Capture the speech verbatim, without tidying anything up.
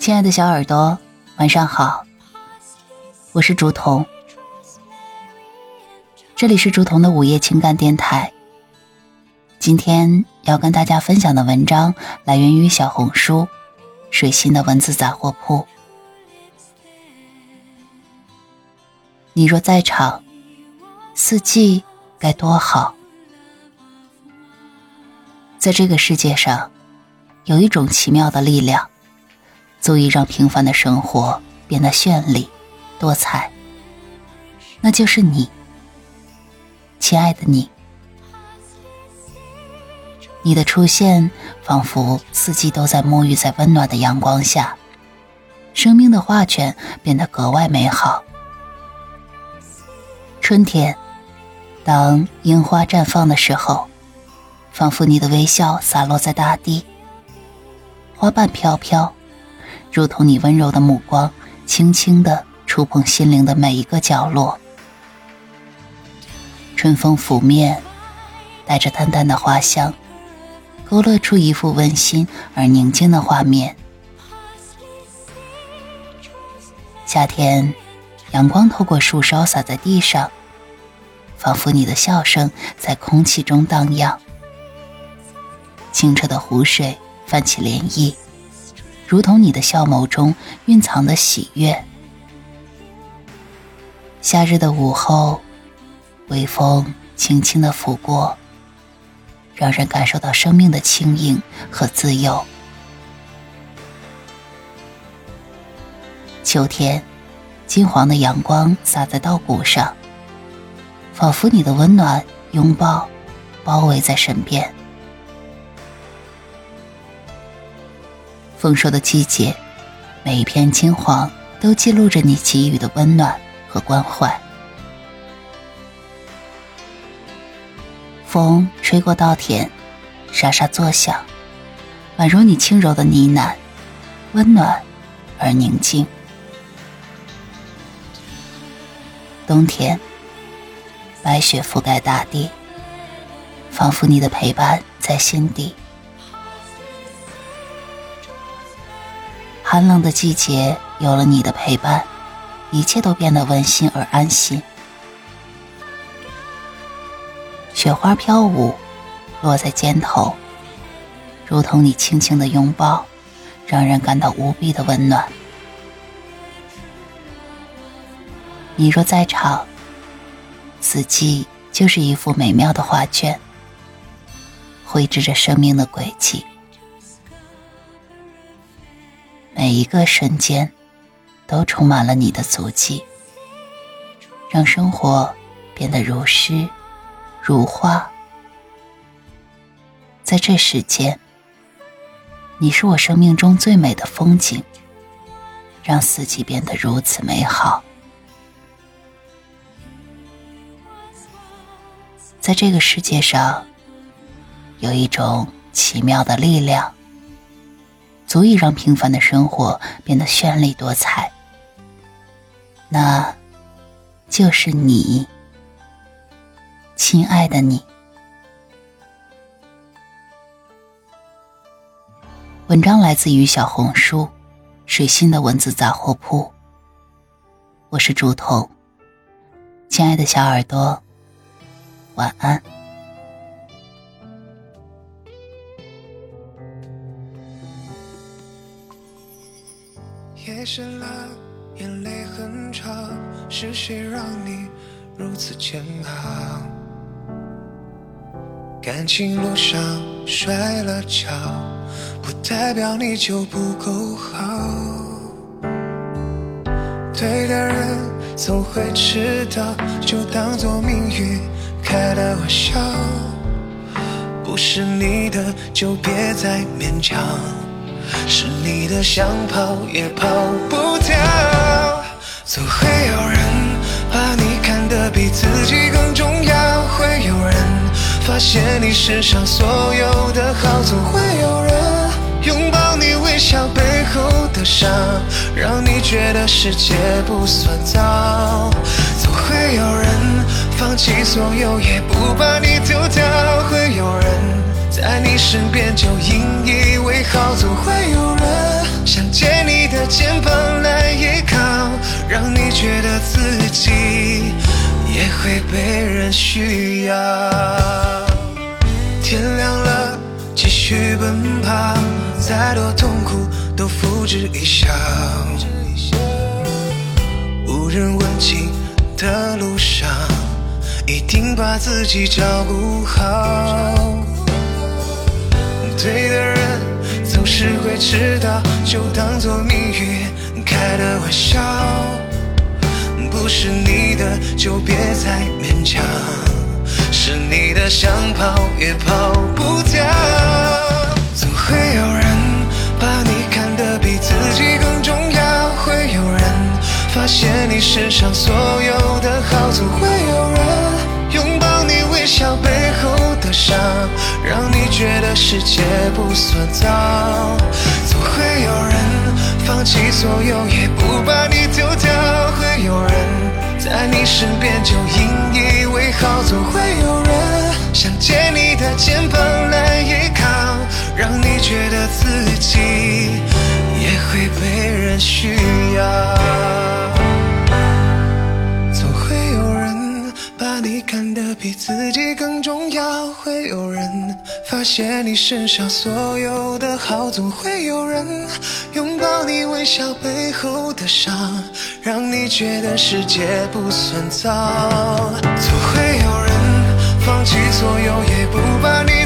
亲爱的小耳朵，晚上好，我是竹童，这里是竹童的午夜情感电台。今天要跟大家分享的文章来源于小红书水星的文字杂货铺。你若在场，四季该多好。在这个世界上，有一种奇妙的力量，足以让平凡的生活变得绚丽多彩，那就是你，亲爱的你。你的出现仿佛四季都在沐浴在温暖的阳光下，生命的画卷变得格外美好。春天，当樱花绽放的时候，仿佛你的微笑洒落在大地，花瓣飘飘，如同你温柔的目光轻轻地触碰心灵的每一个角落。春风拂面，带着淡淡的花香，勾勒出一幅温馨而宁静的画面。夏天，阳光透过树梢洒在地上，仿佛你的笑声在空气中荡漾。清澈的湖水泛起涟漪，如同你的笑眸中蕴藏的喜悦。夏日的午后，微风轻轻地拂过，让人感受到生命的轻盈和自由。秋天，金黄的阳光洒在稻谷上，仿佛你的温暖拥抱包围在身边。丰收的季节，每一片金黄都记录着你给予的温暖和关怀。风吹过稻田，沙沙作响，宛如你轻柔的呢喃，温暖而宁静。冬天，白雪覆盖大地，仿佛你的陪伴在心底。寒冷的季节有了你的陪伴，一切都变得温馨而安心。雪花飘舞，落在肩头，如同你轻轻的拥抱，让人感到无比的温暖。你若在场，四季就是一幅美妙的画卷，绘制着生命的轨迹。每一个瞬间都充满了你的足迹，让生活变得如诗如画。在这世间，你是我生命中最美的风景，让四季变得如此美好。在这个世界上，有一种奇妙的力量，足以让平凡的生活变得绚丽多彩，那就是你，亲爱的你。文章来自于小红书水星的文字杂货铺，我是竹童，亲爱的小耳朵，晚安。 夜深了，眼泪很长，是谁让你如此煎熬？感情路上摔了跤，不代表你就不够好。对的人总会迟到，就当作命运开了玩笑。不是你的就别再勉强，是你的想跑也跑不掉。总会有人把你看得比自己更重要，会有人发现你身上所有的好，总会有人拥抱你微笑背后的伤，让你觉得世界不算糟。总会有人放弃所有也不把你丢掉，会有人在你身边就引以为豪。总会有人想见你的会被人需要。天亮了，继续奔跑，再多痛苦都付之一笑。无人问津的路上，一定把自己照顾好。对的人总是会迟到，就当作命运开的玩笑。不是你的就别再勉强，是你的想跑也跑不掉。总会有人把你看得比自己更重要，会有人发现你身上所有的好，总会有人拥抱你微笑背后的伤，让你觉得世界不算糟。总会有人放弃所有也不把你丢掉，会有人在你身边就引以为豪。总会有人想借你的肩膀来依靠，让你觉得自己也会被人需要。总会有人把你看得比自己更重要，会有人发现你身上所有的好，总会有人拥抱你微笑背后的伤，让你觉得世界不算糟。总会有人放弃所有也不把你